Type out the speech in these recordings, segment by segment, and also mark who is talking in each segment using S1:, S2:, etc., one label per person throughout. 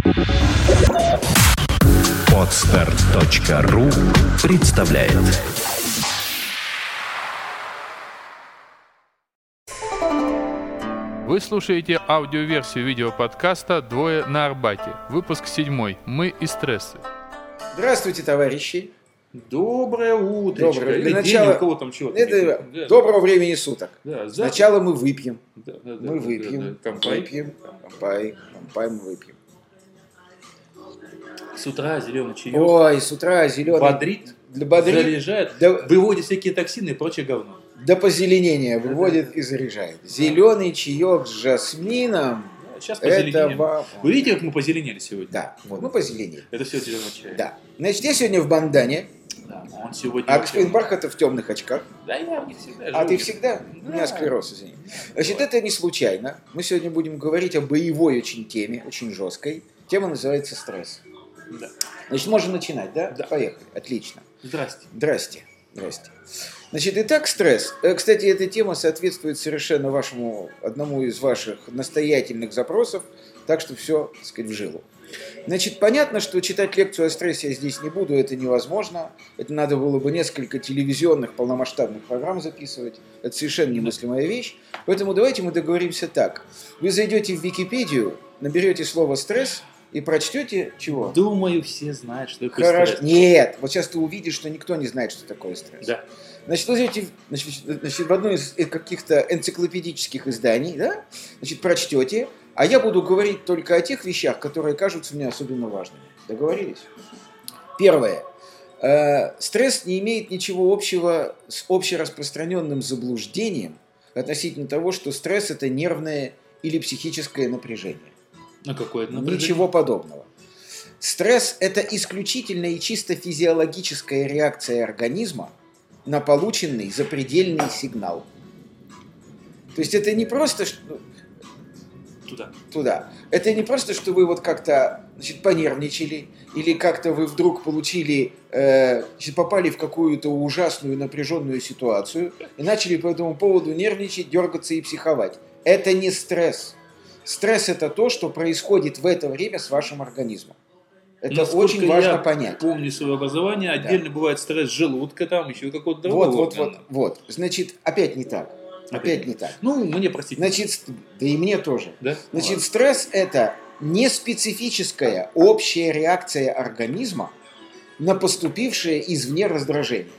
S1: Podster.ru представляет.
S2: Вы слушаете аудиоверсию видеоподкаста «Двое на Арбате». Выпуск 7. Мы и стрессы.
S3: Здравствуйте, товарищи.
S4: Доброе утро.
S3: Для начала...
S4: у кого там чего-то.
S3: Да. Доброго времени суток.
S4: Да,
S3: сначала мы выпьем.
S4: Мы выпьем.
S3: Компай мы выпьем.
S4: С утра зеленый чаек.
S3: Ой, с утра зеленый.
S4: Бодрит. Заряжает. Выводит всякие токсины и прочее говно.
S3: До позеленения выводит и заряжает. Зеленый чаек с жасмином.
S4: Сейчас позеленеем.
S3: Это...
S4: Вы видите, как мы позеленели сегодня?
S3: Да, вот мы позеленели.
S4: Это все зеленый чай.
S3: Да. Значит, я сегодня в бандане.
S4: Да, он сегодня...
S3: А господин Бархатов в темных очках.
S4: Да, я не всегда живу.
S3: А ты всегда?
S4: Да.
S3: У меня склероз, извини. Значит, это не случайно. Мы сегодня будем говорить о боевой очень теме, очень жесткой. Тема называется стресс.
S4: Да.
S3: Значит, можно начинать, да?
S4: Да.
S3: Поехали. Отлично.
S4: Здрасте.
S3: Значит, итак, стресс. Кстати, эта тема соответствует совершенно одному из ваших настоятельных запросов, так что все, так сказать, в жилу. Значит, понятно, что читать лекцию о стрессе я здесь не буду, это невозможно. Это надо было бы несколько телевизионных полномасштабных программ записывать. Это совершенно немыслимая вещь. Поэтому давайте мы договоримся так. Вы зайдете в Википедию, наберете слово «стресс», и прочтете чего?
S4: Думаю, все знают, что такое
S3: Хорошо.
S4: стресс.
S3: Нет, вот сейчас ты увидишь, что никто не знает, что такое стресс.
S4: Да.
S3: Значит, вы зайдете в одно из каких-то энциклопедических изданий, да? Значит, прочтете, а я буду говорить только о тех вещах, которые кажутся мне особенно важными. Договорились? Первое. Стресс не имеет ничего общего с общераспространенным заблуждением относительно того, что стресс – это нервное или психическое напряжение.
S4: А какое это напряжение?
S3: Ничего подобного. Стресс – это исключительно и чисто физиологическая реакция организма на полученный запредельный сигнал. То есть это не просто туда. Это не просто, что вы вот как-то, значит, понервничали, или как-то вы вдруг попали в какую-то ужасную напряженную ситуацию и начали по этому поводу нервничать, дергаться и психовать. Это не стресс. Стресс – это то, что происходит в это время с вашим организмом. Это
S4: насколько
S3: очень важно
S4: я
S3: понять.
S4: Помню свое образование, отдельно бывает стресс желудка, там еще какого-то другого.
S3: Вот. Значит, опять не так. Опять не так.
S4: Ну, мне простите.
S3: Значит, да и мне тоже.
S4: Да?
S3: Значит, стресс – это не специфическая общая реакция организма на поступившее извне раздражение.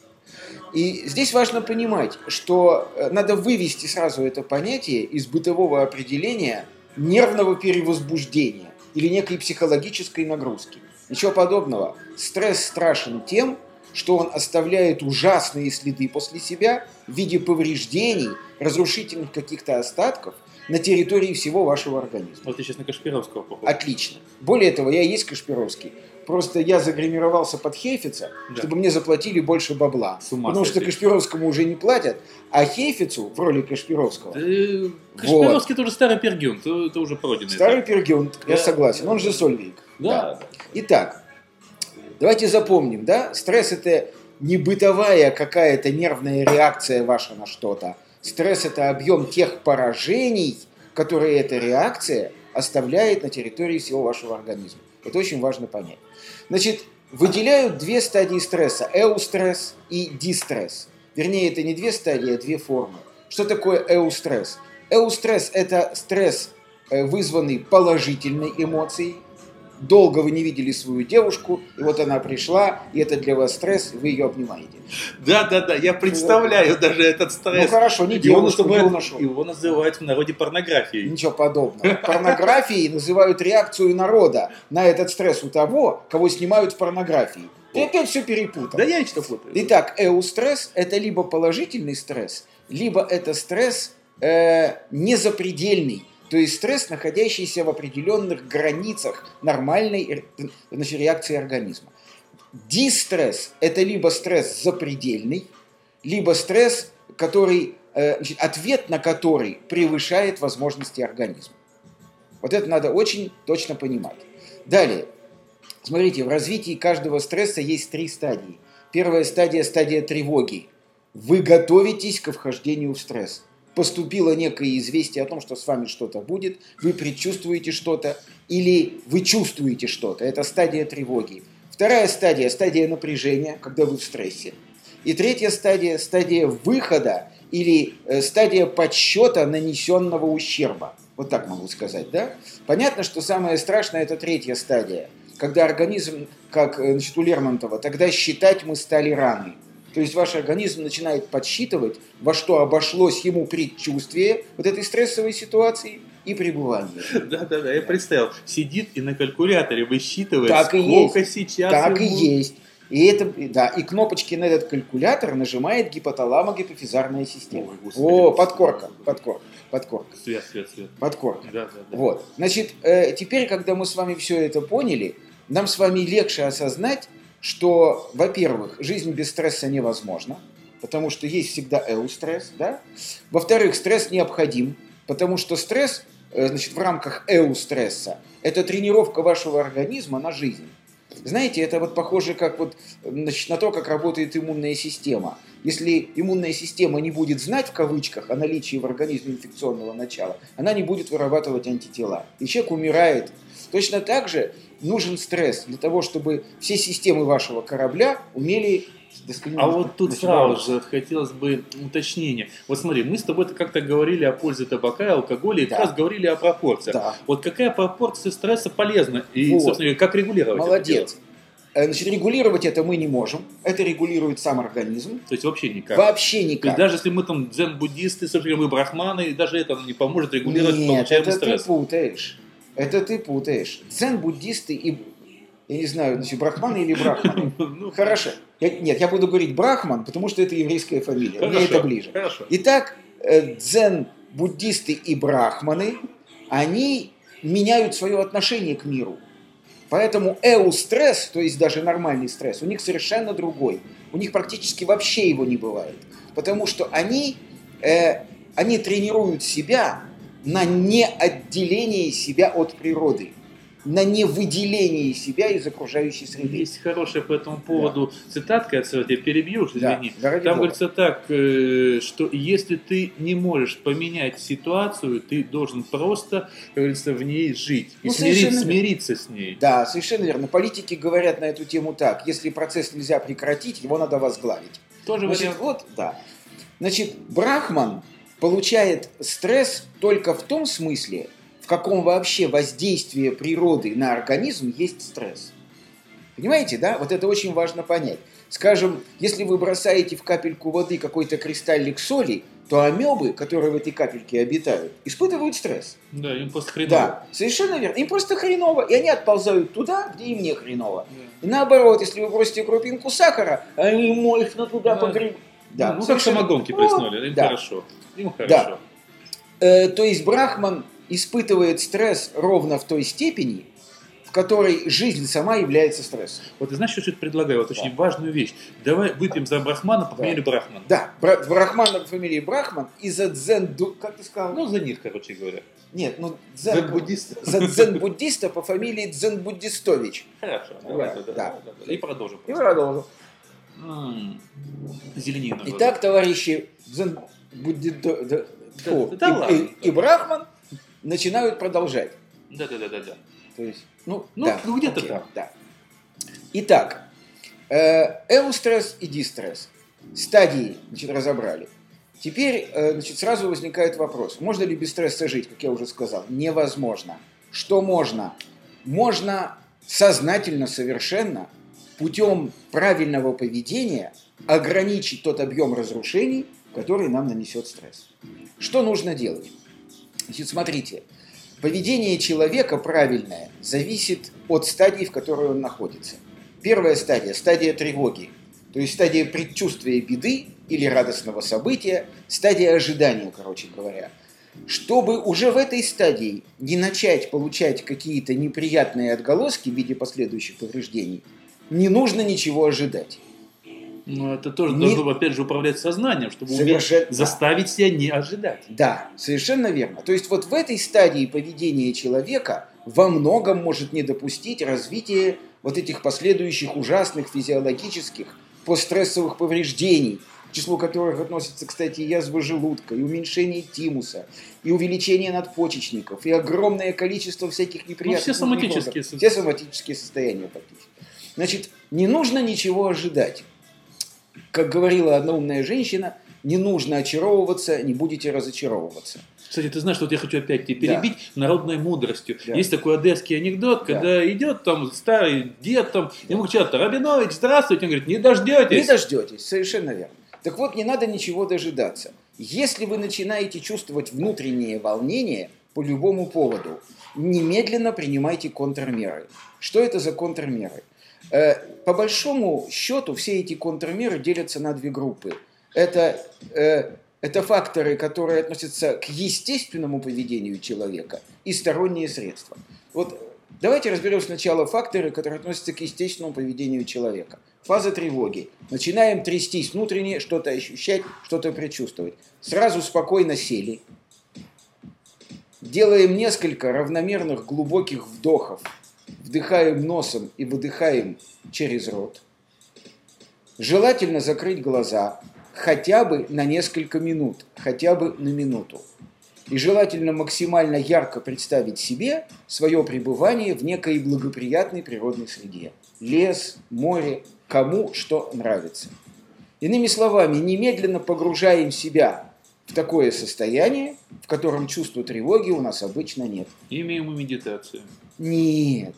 S3: И здесь важно понимать, что надо вывести сразу это понятие из бытового определения нервного перевозбуждения или некой психологической нагрузки. Ничего подобного. Стресс страшен тем, что он оставляет ужасные следы после себя в виде повреждений, разрушительных каких-то остатков на территории всего вашего организма.
S4: Вот ты сейчас на Кашпировского похож.
S3: Отлично. Более того, я и есть Кашпировский. Просто я загримировался под Хейфица, чтобы мне заплатили больше бабла. Потому что Кашпировскому уже не платят, а Хейфицу в роли Кашпировского...
S4: Кашпировский тоже старый пергюн, это уже пройденный.
S3: Старый пергюн, я согласен. Он же Сольвейк.
S4: Да.
S3: Итак, давайте запомним, да? Стресс – это не бытовая какая-то нервная реакция ваша на что-то. Стресс – это объем тех поражений, которые эта реакция оставляет на территории всего вашего организма. Это очень важно понять. Значит, выделяют две стадии стресса – эустресс и дистресс. Вернее, это не две стадии, а две формы. Что такое эустресс? Эустресс – это стресс, вызванный положительной эмоцией. Долго вы не видели свою девушку, и вот она пришла, и это для вас стресс, и вы ее обнимаете.
S4: Да, я представляю даже этот стресс.
S3: Ну хорошо, не девушку, юношу.
S4: Его называют в народе порнографией.
S3: Ничего подобного. Порнографией называют реакцию народа на этот стресс у того, кого снимают в порнографии. Ты опять все перепутал.
S4: Да я что путаю.
S3: Итак, эустресс – это либо положительный стресс, либо это стресс незапредельный. То есть стресс, находящийся в определенных границах нормальной реакции организма. Дистресс – это либо стресс запредельный, либо стресс, ответ на который превышает возможности организма. Вот это надо очень точно понимать. Далее. Смотрите, в развитии каждого стресса есть 3 стадии. Первая стадия – стадия тревоги. Вы готовитесь ко вхождению в стресс. поступило некое известие о том, что с вами что-то будет, вы предчувствуете что-то или вы чувствуете что-то. Это стадия тревоги. Вторая стадия – стадия напряжения, когда вы в стрессе. И третья стадия – стадия выхода или стадия подсчета нанесенного ущерба. Вот так могу сказать, да? Понятно, что самое страшное – это третья стадия, когда организм, как у Лермонтова, тогда считать мы стали раны. То есть ваш организм начинает подсчитывать, во что обошлось ему предчувствие вот этой стрессовой ситуации и пребывание.
S4: Да, я представил. Сидит и на калькуляторе высчитывает,
S3: так
S4: сколько сейчас
S3: так
S4: ему...
S3: и есть. И кнопочки на этот калькулятор нажимает гипоталамо-гипофизарная система. Ой, подкорка.
S4: Свет.
S3: Подкорка.
S4: Да.
S3: Вот. Значит, теперь, когда мы с вами все это поняли, нам с вами легче осознать, что, во-первых, жизнь без стресса невозможна, потому что есть всегда эустресс, да? Во-вторых, стресс необходим, потому что стресс, в рамках эустресса, это тренировка вашего организма на жизнь. Знаете, это вот похоже как на то, как работает иммунная система. Если иммунная система не будет знать, в кавычках, о наличии в организме инфекционного начала, она не будет вырабатывать антитела. И человек умирает. Точно так же нужен стресс для того, чтобы все системы вашего корабля умели...
S4: А вот тут сразу же хотелось бы уточнения. Вот смотри, мы с тобой как-то говорили о пользе табака и алкоголя, и как раз говорили о пропорциях.
S3: Да.
S4: Вот какая пропорция стресса полезна? И, собственно, как регулировать
S3: Молодец. Регулировать это мы не можем. Это регулирует сам организм.
S4: То есть вообще никак?
S3: Вообще никак.
S4: То есть даже если мы там дзен-буддисты, собственно, мы брахманы, даже это не поможет регулировать получаемый стресс?
S3: Это ты путаешь. Дзен-буддисты и... Я не знаю, брахманы или брахманы. Хорошо. Я буду говорить брахман, потому что это еврейская фамилия. Мне это ближе.
S4: Хорошо.
S3: Итак, дзен-буддисты и брахманы, они меняют свое отношение к миру. Поэтому эустресс, то есть даже нормальный стресс, у них совершенно другой. У них практически вообще его не бывает. Потому что они тренируют себя на неотделение себя от природы, на невыделение себя из окружающей среды.
S4: Есть хорошая по этому поводу цитатка, я тебя перебью, извини.
S3: Да,
S4: там говорится так, что если ты не можешь поменять ситуацию, ты должен просто, как говорится, в ней жить и смириться с ней.
S3: Да, совершенно верно. Политики говорят на эту тему так: если процесс нельзя прекратить, его надо возглавить.
S4: Тоже
S3: вариант. Значит, брахман получает стресс только в том смысле, в каком вообще воздействие природы на организм есть стресс. Понимаете, да? Вот это очень важно понять. Скажем, если вы бросаете в капельку воды какой-то кристаллик соли, то амебы, которые в этой капельке обитают, испытывают стресс.
S4: Да, им просто хреново.
S3: Да, совершенно верно. Им просто хреново, и они отползают туда, где им не хреново. Да. И наоборот, если вы бросите крупинку сахара, они мощно туда погребут.
S4: Да, как самогонки плеснули, им хорошо. Им хорошо.
S3: Да. То есть брахман испытывает стресс ровно в той степени, в которой жизнь сама является стрессом.
S4: Вот ты знаешь, что я предлагаю? Вот очень важную вещь. Давай выпьем за брахмана по фамилии Брахман.
S3: Да, брахмана по фамилии Брахман и за как ты сказал?
S4: Ну, за них, короче говоря.
S3: Нет,
S4: дзен-буддиста.
S3: За дзен-буддиста по фамилии Дзен-Буддистович.
S4: Хорошо, давай. И продолжим. Зеленину.
S3: Итак, товарищи, и Брахман начинают продолжать.
S4: Да.
S3: То есть,
S4: где-то там.
S3: Да. Итак, эустресс и дистресс. Стадии, разобрали. Теперь, сразу возникает вопрос. Можно ли без стресса жить, как я уже сказал? Невозможно. Что можно? Можно сознательно, совершенно, путем правильного поведения ограничить тот объем разрушений, который нам нанесет стресс. Что нужно делать? Смотрите. Поведение человека правильное зависит от стадии, в которой он находится. Первая стадия – стадия тревоги, то есть стадия предчувствия беды или радостного события, стадия ожидания, короче говоря. Чтобы уже в этой стадии не начать получать какие-то неприятные отголоски в виде последующих повреждений, не нужно ничего ожидать.
S4: Но это тоже должно, опять же, управлять сознанием, чтобы заставить себя не ожидать.
S3: Да, совершенно верно. То есть вот в этой стадии поведения человека во многом может не допустить развития вот этих последующих ужасных физиологических постстрессовых повреждений, числу которых относятся, кстати, и язва желудка, и уменьшение тимуса, и увеличение надпочечников, и огромное количество всяких неприятных...
S4: все соматические состояния.
S3: Все соматические состояния практически. Значит, не нужно ничего ожидать. Как говорила одна умная женщина, не нужно очаровываться, не будете разочаровываться.
S4: Кстати, ты знаешь, что вот я хочу опять тебя перебить народной мудростью.
S3: Да.
S4: Есть такой одесский анекдот, когда идет там старый дед, там, ему кричат: Рабинович, здравствуйте. Он говорит: не дождетесь.
S3: Не дождетесь, совершенно верно. Так вот, не надо ничего дожидаться. Если вы начинаете чувствовать внутреннее волнение по любому поводу, немедленно принимайте контрмеры. Что это за контрмеры? По большому счету, все эти контрмеры делятся на две группы. Это факторы, которые относятся к естественному поведению человека, и сторонние средства. Вот давайте разберем сначала факторы, которые относятся к естественному поведению человека. Фаза тревоги. Начинаем трястись внутренне, что-то ощущать, что-то предчувствовать. Сразу спокойно сели. Делаем несколько равномерных глубоких вдохов. Вдыхаем носом и выдыхаем через рот. Желательно закрыть глаза хотя бы на несколько минут, хотя бы на минуту. И желательно максимально ярко представить себе свое пребывание в некой благоприятной природной среде. Лес, море, кому что нравится. Иными словами, немедленно погружаем себя в такое состояние, в котором чувства тревоги у нас обычно нет.
S4: Имеем и медитацию.
S3: Нет.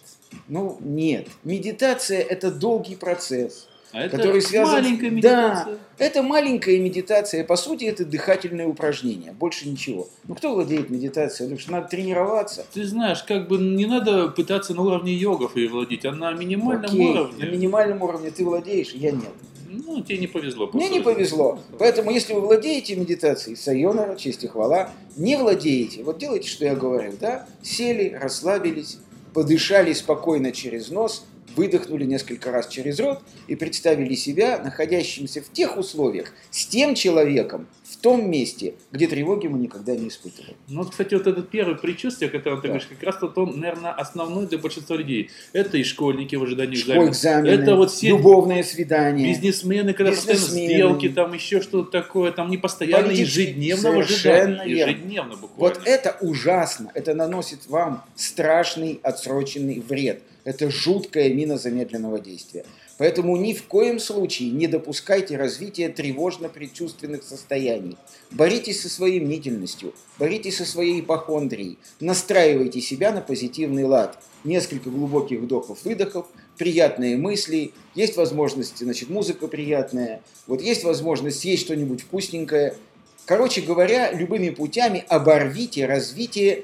S3: Нет. Медитация – это долгий процесс.
S4: А это
S3: который связан...
S4: маленькая медитация.
S3: Да, это маленькая медитация. По сути, это дыхательное упражнение. Больше ничего. Кто владеет медитацией? Потому что надо тренироваться.
S4: Ты знаешь, не надо пытаться на уровне йогов ее владеть, а на минимальном уровне.
S3: На минимальном уровне ты владеешь, я нет.
S4: Тебе не повезло.
S3: Мне не повезло. Поэтому, если вы владеете медитацией, сайонара, честь и хвала, не владеете, вот делайте, что я говорил, да? Сели, расслабились, подышали спокойно через нос, выдохнули несколько раз через рот и представили себя находящимся в тех условиях, с тем человеком, в том месте, где тревоги мы никогда не испытывали.
S4: Кстати, вот это первое предчувствие, которое ты говоришь, как раз он, наверное, основной для большинства людей. Это и школьники в ожидании экзаменов. Это вот все
S3: любовные свидания.
S4: Бизнесмены, когда постоянно сделки, там еще что-то такое, там не постоянно, ежедневно в ожидании. Ежедневно буквально.
S3: Вот это ужасно. Это наносит вам страшный отсроченный вред. Это жуткая мина замедленного действия. Поэтому ни в коем случае не допускайте развития тревожно-предчувственных состояний. Боритесь со своей мнительностью, боритесь со своей ипохондрией, настраивайте себя на позитивный лад. Несколько глубоких вдохов-выдохов, приятные мысли, есть возможность, музыка приятная, есть возможность съесть что-нибудь вкусненькое. Короче говоря, любыми путями оборвите развитие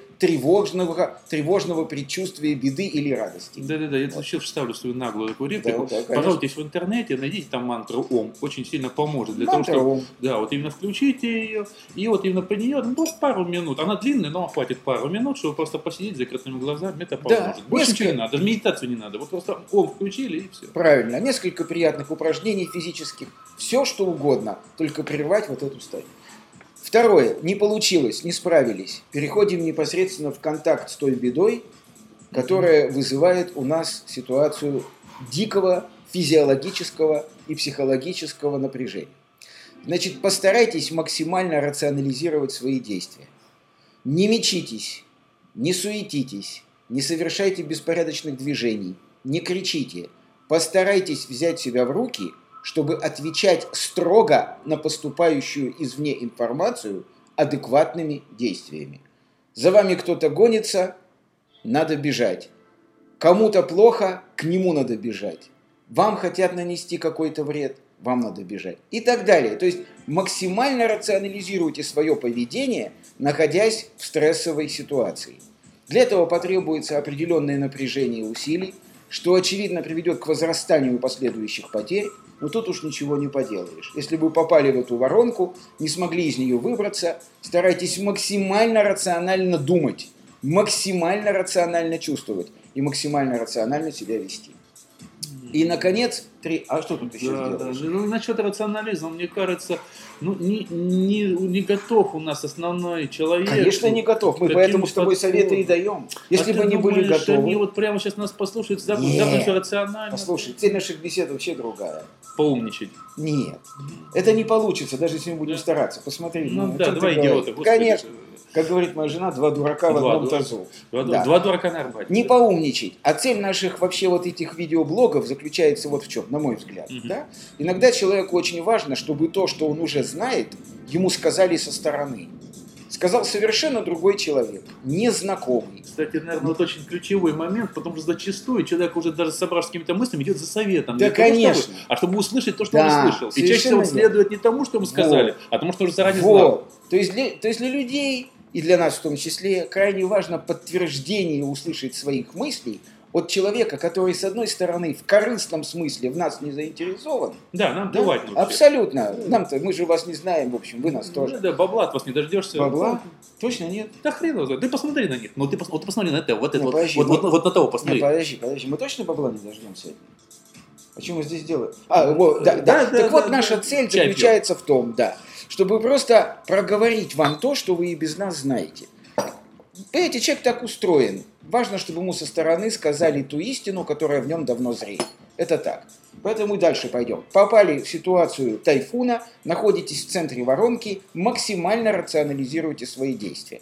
S3: тревожного предчувствия беды или радости.
S4: Да, я сейчас вставлю свою наглую такую реплику. Пожалуйтесь в интернете, найдите там мантру ОМ, очень сильно поможет. Для того, чтобы, именно включите ее, и именно по нее, пару минут. Она длинная, но хватит пару минут, чтобы просто посидеть с закрытыми глазами, это поможет. Больше ничего не надо, даже медитацию не надо. Просто ОМ включили и все.
S3: Правильно, несколько приятных упражнений физических, все что угодно, только прервать эту стадию. Второе. Не получилось, не справились. Переходим непосредственно в контакт с той бедой, которая вызывает у нас ситуацию дикого физиологического и психологического напряжения. Значит, постарайтесь максимально рационализировать свои действия. Не мечитесь, не суетитесь, не совершайте беспорядочных движений, не кричите. Постарайтесь взять себя в руки, чтобы отвечать строго на поступающую извне информацию адекватными действиями. За вами кто-то гонится, надо бежать. Кому-то плохо, к нему надо бежать. Вам хотят нанести какой-то вред, вам надо бежать. И так далее. То есть максимально рационализируйте свое поведение, находясь в стрессовой ситуации. Для этого потребуется определенное напряжение усилий, что, очевидно, приведет к возрастанию последующих потерь. Но тут уж ничего не поделаешь. Если вы попали в эту воронку, не смогли из нее выбраться, старайтесь максимально рационально думать, максимально рационально чувствовать и максимально рационально себя вести. И, наконец, А что тут еще сделаешь?
S4: Ну, насчет рационализма, мне кажется, не готов у нас основной человек.
S3: Конечно, не готов. Мы поэтому с тобой советы и даем. Если бы не были готовы...
S4: Они вот прямо сейчас нас послушают, запомнят рационально.
S3: Послушай, цель наших бесед вообще другая.
S4: Поумничать.
S3: Нет. Это не получится, даже если мы будем стараться. Посмотри.
S4: Два идиота.
S3: Конечно. Как говорит моя жена, 2 дурака в одном тазу.
S4: Два дурака на Арбате.
S3: Не поумничать. А цель наших вообще вот этих видеоблогов заключается вот в чем, на мой взгляд. Да? Иногда человеку очень важно, чтобы то, что он уже знает, ему сказали со стороны. Сказал совершенно другой человек, незнакомый.
S4: Кстати, наверное, вот очень ключевой момент, потому что зачастую человек уже даже собравшись с какими-то мыслями, идет за советом.
S3: Да, конечно.
S4: Чтобы услышать то, что он услышал. И чаще всего он следует не тому, что ему сказали, а тому, что уже заранее знал.
S3: То есть для людей, и для нас в том числе, крайне важно подтверждение услышать своих мыслей от человека, который, с одной стороны, в корыстном смысле в нас не заинтересован.
S4: Да, нам плевать.
S3: Абсолютно. Нам-то, мы же вас не знаем, в общем, вы нас тоже.
S4: Да, бабла от вас не дождешься.
S3: Бабла? Точно нет?
S4: Да хрен его знает. Ты посмотри на них. Ну, ты посмотри на это, вот на того посмотри.
S3: Подожди. Мы точно бабла не дождемся? А что мы здесь делаем? Так вот, наша цель заключается в том, чтобы просто проговорить вам то, что вы и без нас знаете. Понимаете, человек так устроен. Важно, чтобы ему со стороны сказали ту истину, которая в нем давно зреет. Это так. Поэтому и дальше пойдем. Попали в ситуацию тайфуна, находитесь в центре воронки, максимально рационализируйте свои действия.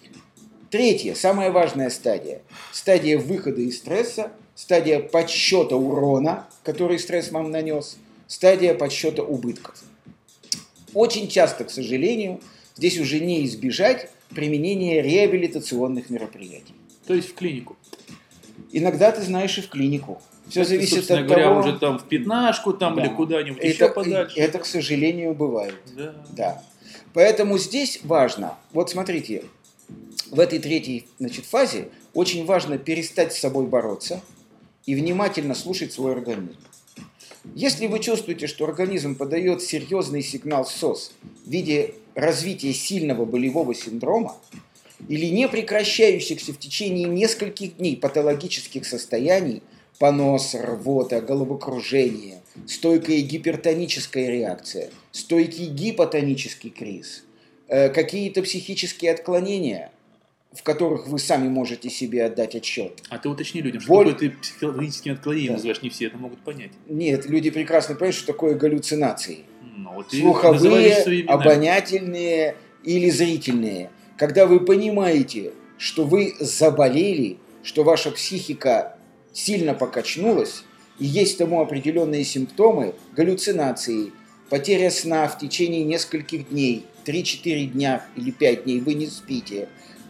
S3: Третья, самая важная стадия. Стадия выхода из стресса, стадия подсчета урона, который стресс вам нанес, стадия подсчета убытков. Очень часто, к сожалению, здесь уже не избежать применения реабилитационных мероприятий.
S4: То есть в клинику?
S3: Иногда ты знаешь и в клинику. Все зависит от
S4: говоря,
S3: того...
S4: уже там в пятнашку или куда-нибудь еще подальше.
S3: Это, к сожалению, бывает.
S4: Да.
S3: Поэтому здесь важно... Вот смотрите, в этой третьей фазе очень важно перестать с собой бороться и внимательно слушать свой организм. Если вы чувствуете, что организм подает серьезный сигнал СОС в виде развития сильного болевого синдрома или непрекращающихся в течение нескольких дней патологических состояний, понос, рвота, головокружение, стойкая гипертоническая реакция, стойкий гипотонический криз, какие-то психические отклонения, в которых вы сами можете себе отдать отчет.
S4: А ты уточни людям, что такое ты психологическими отклонениями называешь, не все это могут понять.
S3: Нет, люди прекрасно понимают, что такое галлюцинации. Слуховые, обонятельные или зрительные. Когда вы понимаете, что вы заболели, что ваша психика сильно покачнулась, и есть тому определенные симптомы, галлюцинации, потеря сна в течение нескольких дней, 3-4 дня или 5 дней вы не спите,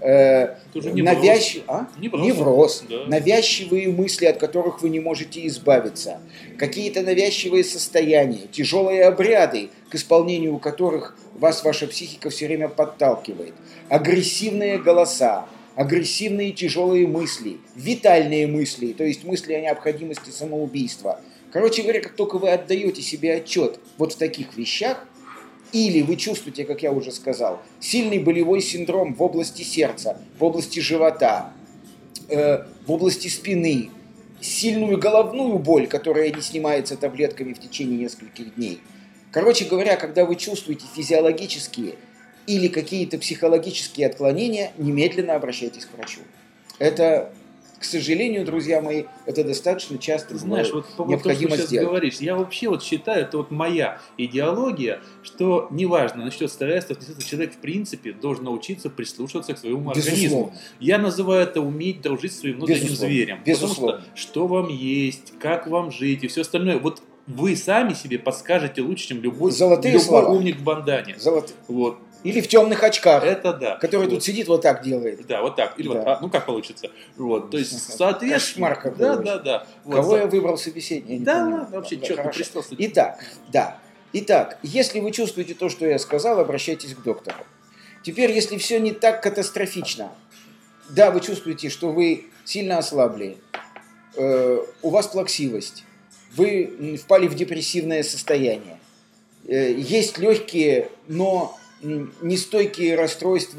S3: невроз, навязчивые мысли, от которых вы не можете избавиться, какие-то навязчивые состояния, тяжелые обряды, к исполнению которых вас ваша психика все время подталкивает, агрессивные голоса, агрессивные тяжелые мысли, витальные мысли, то есть мысли о необходимости самоубийства. Короче говоря, как только вы отдаете себе отчет вот в таких вещах, или вы чувствуете, как я уже сказал, сильный болевой синдром в области сердца, в области живота, в области спины, сильную головную боль, которая не снимается таблетками в течение нескольких дней. Короче говоря, когда вы чувствуете физиологические или какие-то психологические отклонения, немедленно обращайтесь к врачу. Это, к сожалению, друзья мои, это достаточно часто необходимо сделать.
S4: Говоришь, я вообще считаю, это моя идеология, что неважно, насчет стресса, человек в принципе должен научиться прислушиваться к своему организму. Я называю это уметь дружить с своим внутренним зверем.
S3: Безусловно.
S4: Потому что вам есть, как вам жить и все остальное. Вот вы сами себе подскажете лучше, чем любой умник в бандане. Вот.
S3: Или в темных очках,
S4: это да.
S3: Который тут сидит вот так делает.
S4: Да, вот так. Или вот, как получится. Вот, то есть, соответственно...
S3: Кошмар какой.
S4: Да.
S3: Кого я выбрал собеседника?
S4: Да, ладно, вообще четко пристался.
S3: Итак, если вы чувствуете то, что я сказал, обращайтесь к доктору. Теперь, если все не так катастрофично, да, вы чувствуете, что вы сильно ослабли, у вас плаксивость, вы впали в депрессивное состояние, есть легкие, но нестойкие расстройства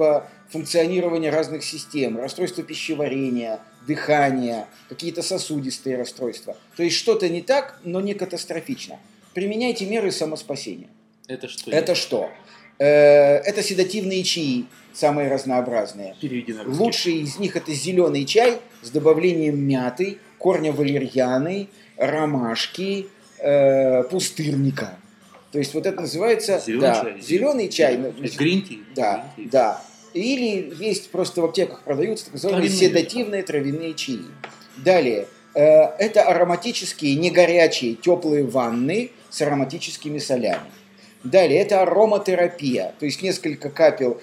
S3: функционирования разных систем, расстройства пищеварения, дыхания, какие-то сосудистые расстройства. То есть что-то не так, но не катастрофично. Применяйте меры самоспасения.
S4: Это что?
S3: Это что? Это седативные чаи, самые разнообразные. Лучший из них это зеленый чай с добавлением мяты, корня валерьяны, ромашки, пустырника. То есть вот это называется зеленый чай.
S4: Грин-ти.
S3: Да. Или есть просто в аптеках продаются так называемые седативные травяные чаи. Далее. Это ароматические, не горячие, теплые ванны с ароматическими солями. Далее, это ароматерапия, то есть несколько капель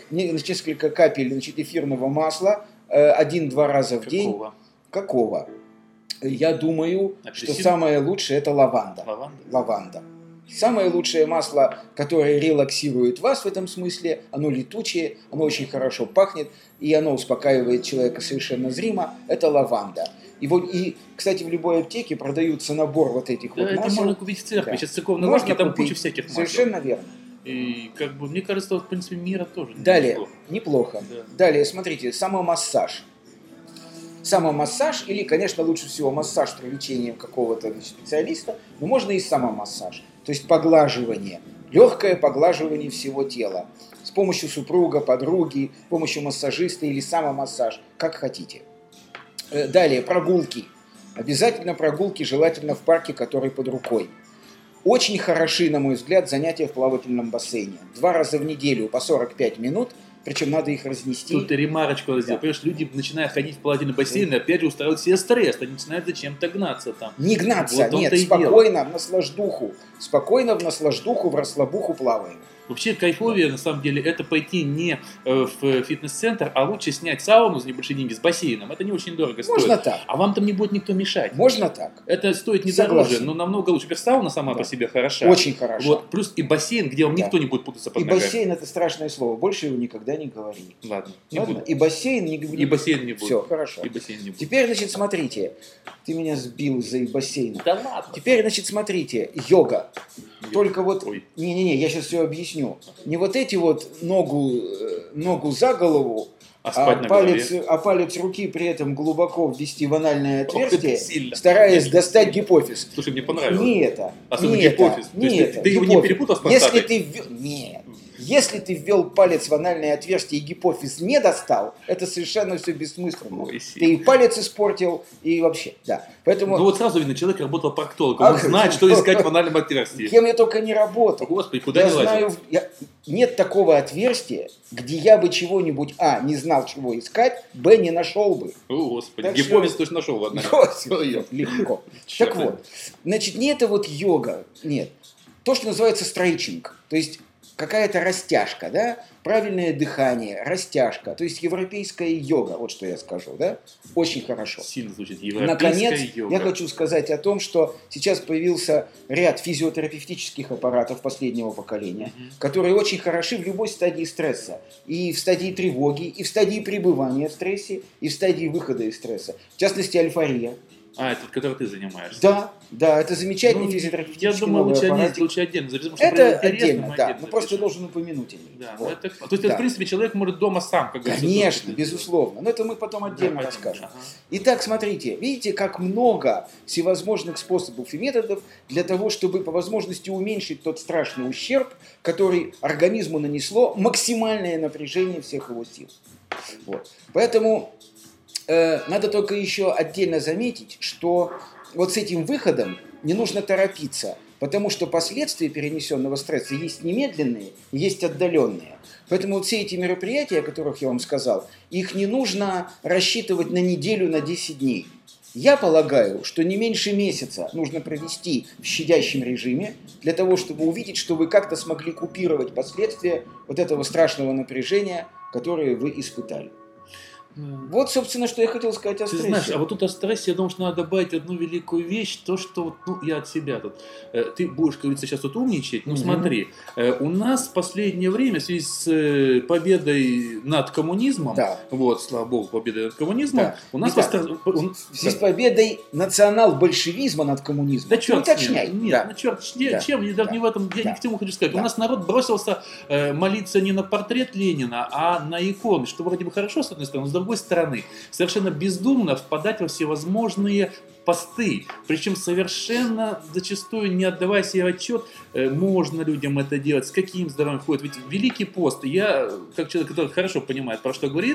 S3: эфирного масла 1-2 раза в день. Какого? Я думаю, что самое лучшее это лаванда. Самое лучшее масло, которое релаксирует вас в этом смысле, оно летучее, оно очень хорошо пахнет, и оно успокаивает человека совершенно зримо, это лаванда. И, кстати, в любой аптеке продаются набор вот этих вот масел.
S4: Это можно купить в церкви. Сейчас церковные лавки, там куча всяких масел.
S3: Совершенно верно.
S4: И мне кажется, в принципе, мира тоже
S3: Далее, неплохо. Да. Далее, смотрите, самомассаж. Самомассаж, или, конечно, лучше всего массаж с привлечением какого-то специалиста, но можно и самомассаж. То есть поглаживание, легкое поглаживание всего тела. С помощью супруга, подруги, с помощью массажиста или самомассаж, как хотите. Далее, прогулки. Обязательно прогулки, желательно в парке, который под рукой. Очень хороши, на мой взгляд, занятия в плавательном бассейне. 2 раза в неделю по 45 минут, причем надо их разнести.
S4: Тут ремарочку сделать. Понимаешь, люди начинают ходить в плавательный бассейн и опять же устраивают себе стресс. Они начинают зачем-то гнаться там.
S3: Не гнаться, вот нет, спокойно, в наслаждуху. Спокойно, в наслаждуху, в расслабуху плаваем.
S4: Вообще кайфовее, на самом деле, это пойти не в фитнес-центр, а лучше снять сауну за небольшие деньги с бассейном. Это не очень дорого стоит.
S3: Можно так.
S4: А вам там не будет никто мешать.
S3: Можно так.
S4: Это стоит не дороже, но намного лучше. Сауна сама по себе хороша.
S3: Очень хороша.
S4: Вот. Плюс и бассейн, где вам никто не будет путаться под ногами.
S3: И бассейн это страшное слово. Больше его никогда не говори.
S4: Ладно, не буду.
S3: И бассейн не говори.
S4: И бассейн не буду.
S3: Все, хорошо.
S4: И бассейн не буду.
S3: Теперь, значит, смотрите. Ты меня сбил из-за бассейна.
S4: Да ладно.
S3: Теперь, значит, смотрите. Йога. Только вот... Не-не-не, я сейчас все объясню. Не вот эти вот ногу за голову, палец руки при этом глубоко ввести в анальное отверстие, стараясь достать гипофиз.
S4: Слушай, мне понравилось.
S3: Не это.
S4: Особенно гипофиз. Ты его не перепутал с простатой?
S3: Нет. Если ты ввел палец в анальное отверстие и гипофиз не достал, это совершенно все бессмысленно. Ты и палец испортил, и вообще, да. Поэтому...
S4: Ну вот сразу видно, человек работал проктологом, он знает, что искать в анальном отверстии.
S3: Кем я только не работал.
S4: Господи, куда не лазил?
S3: Нет такого отверстия, где я бы чего-нибудь, не знал, чего искать, не нашел бы.
S4: О, Господи, так гипофиз тоже нашел в одном.
S3: Легко. Так вот, значит, не это вот йога, нет. То, что называется стрейчинг, то есть какая-то растяжка, да, правильное дыхание, растяжка, то есть европейская йога, вот что я скажу, да, очень хорошо.
S4: Сильно звучит, европейская йога.
S3: Я хочу сказать о том, что сейчас появился ряд физиотерапевтических аппаратов последнего поколения, которые очень хороши в любой стадии стресса, и в стадии тревоги, и в стадии пребывания в стрессе, и в стадии выхода из стресса, в частности, альфария.
S4: Это который ты занимаешься?
S3: Да, это замечательный физиотерапевтический аппарат.
S4: Я думаю, лучше отдельно.
S3: Это отдельно, да. Ну, просто должен упомянуть.
S4: Да, вот. То есть, в принципе, человек может дома сам, как говорится.
S3: Конечно, безусловно. Но это мы потом отдельно расскажем. Итак, смотрите. Видите, как много всевозможных способов и методов для того, чтобы по возможности уменьшить тот страшный ущерб, который организму нанесло максимальное напряжение всех его сил. Вот. Поэтому... Надо только еще отдельно заметить, что вот с этим выходом не нужно торопиться, потому что последствия перенесенного стресса есть немедленные, есть отдаленные. Поэтому вот все эти мероприятия, о которых я вам сказал, их не нужно рассчитывать на неделю, на 10 дней. Я полагаю, что не меньше месяца нужно провести в щадящем режиме для того, чтобы увидеть, что вы как-то смогли купировать последствия вот этого страшного напряжения, которое вы испытали. Вот, собственно, что я хотел сказать о стрессе.
S4: Ты знаешь, а вот тут о стрессе, я думаю, что надо добавить одну великую вещь, то, что, я от себя тут. Ты будешь, как говорится, сейчас тут умничать, смотри, у нас в последнее время в связи с победой над коммунизмом, вот, слава богу, победой над коммунизмом, у нас...
S3: В связи с победой национал-большевизма над коммунизмом.
S4: Да черт уточняй. Нет, черт, чем, я даже не в этом, я не к тому хочу сказать. У нас народ бросился молиться не на портрет Ленина, а на иконы, что вроде бы хорошо, с одной стороны, с другой стороны, совершенно бездумно впадать во всевозможные посты, причем совершенно зачастую не отдавая себе отчет, можно людям это делать, с каким здоровьем ходит. Ведь Великий пост, я, как человек, который хорошо понимает, про что говорит,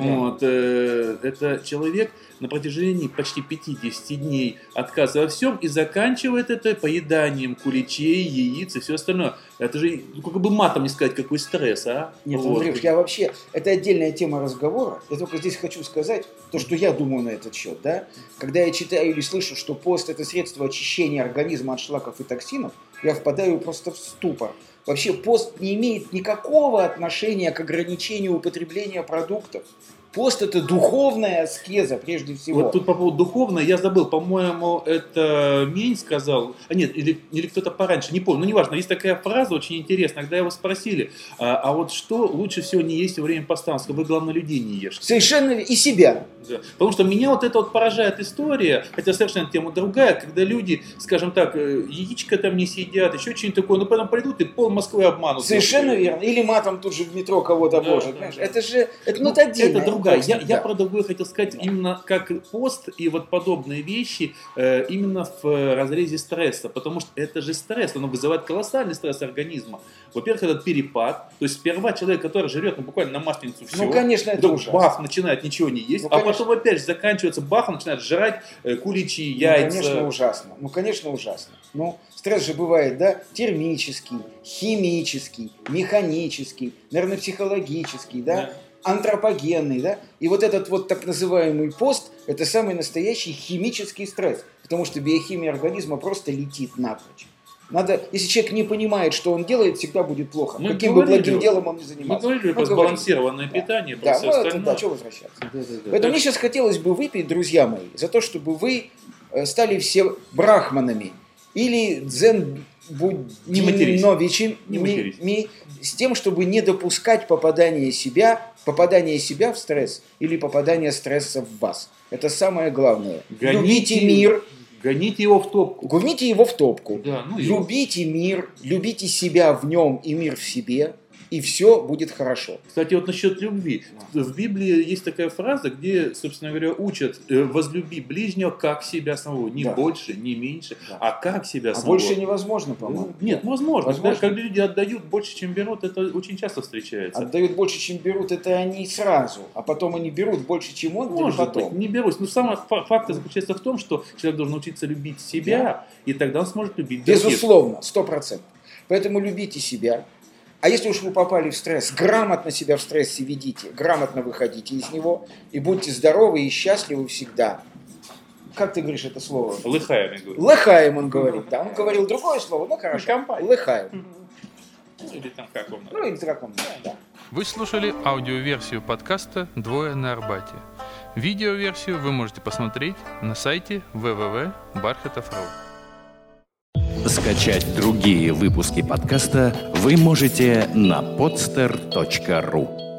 S4: это человек на протяжении почти 50 дней отказа во всем и заканчивает это поеданием куличей, яиц и все остальное. Это же, как бы матом не сказать, какой стресс, а?
S3: Нет, Андрюш, я вообще, это отдельная тема разговора. Я только здесь хочу сказать то, что я думаю на этот счет, да. Когда я читаю или слышу, что пост – это средство очищения организма от шлаков и токсинов, я впадаю просто в ступор. Вообще пост не имеет никакого отношения к ограничению употребления продуктов. Пост – это духовная аскеза, прежде всего.
S4: Вот тут по поводу духовной, я забыл, по-моему, это Мень сказал, нет, или кто-то пораньше, не помню, но неважно, есть такая фраза очень интересная, когда его спросили, а вот что лучше всего не есть во время поста, он сказал, вы, главное, людей не ешьте.
S3: Совершенно, и себя.
S4: Да. Потому что меня вот это вот поражает история, хотя совершенно тема другая, когда люди, скажем так, яичко там не съедят, еще что-нибудь такое, но потом придут и пол Москвы обманут.
S3: Совершенно верно. Или матом тут же в метро кого-то обложат. Да. Это же, это отдельно.
S4: Это другая. Я про другое хотел сказать, именно как пост и вот подобные вещи именно в разрезе стресса, потому что это же стресс, оно вызывает колоссальный стресс организма. Во-первых, этот перепад, то есть сперва человек, который жрет буквально на масленицу все,
S3: конечно, это ужасно.
S4: Бах, начинает ничего не есть, а потом опять же заканчивается бахом, начинает жрать куличи, яйца.
S3: Конечно, ужасно. Стресс же бывает, да, термический, химический, механический, наверное, психологический, да. Антропогенный, да, и вот этот вот так называемый пост – это самый настоящий химический стресс, потому что биохимия организма просто летит напрочь. Надо, если человек не понимает, что он делает, всегда будет плохо, каким бы благим делом он ни занимался.
S4: Мы говорили про сбалансированное питание,
S3: про все остальное. Чего возвращаться. Поэтому мне сейчас хотелось бы выпить, друзья мои, за то, чтобы вы стали все брахманами или дзен-буддиновичами, с тем, чтобы не допускать попадания себя в стресс или попадания стресса в вас. Это самое главное. Любите мир.
S4: Гоните его в топку.
S3: Гоните его в топку.
S4: Да,
S3: любите мир, любите себя в нем и мир в себе. И все будет хорошо.
S4: Кстати, вот насчет любви. В Библии есть такая фраза, где, собственно говоря, учат возлюби ближнего как себя самого. Не больше, не меньше, а как себя самого.
S3: А больше невозможно, по-моему.
S4: Нет, возможно. Да, когда люди отдают больше, чем берут, это очень часто встречается.
S3: Отдают больше, чем берут, это они сразу. А потом они берут больше, чем он, или потом.
S4: Быть, не берут. Но сам факт заключается в том, что человек должен учиться любить себя, и тогда он сможет любить других.
S3: Безусловно, 100%. Поэтому любите себя. А если уж вы попали в стресс, грамотно себя в стрессе ведите, грамотно выходите из него и будьте здоровы и счастливы всегда. Как ты говоришь это слово?
S4: Лыхаем
S3: он говорит. Да, он говорил другое слово, но хорошо. Лыхаем.
S4: Или там как он.
S3: Или как он, да.
S2: Вы слушали аудиоверсию подкаста «Двое на Арбате». Видеоверсию вы можете посмотреть на сайте www.barkhatov.ru.
S1: Скачать другие выпуски подкаста вы можете на podster.ru.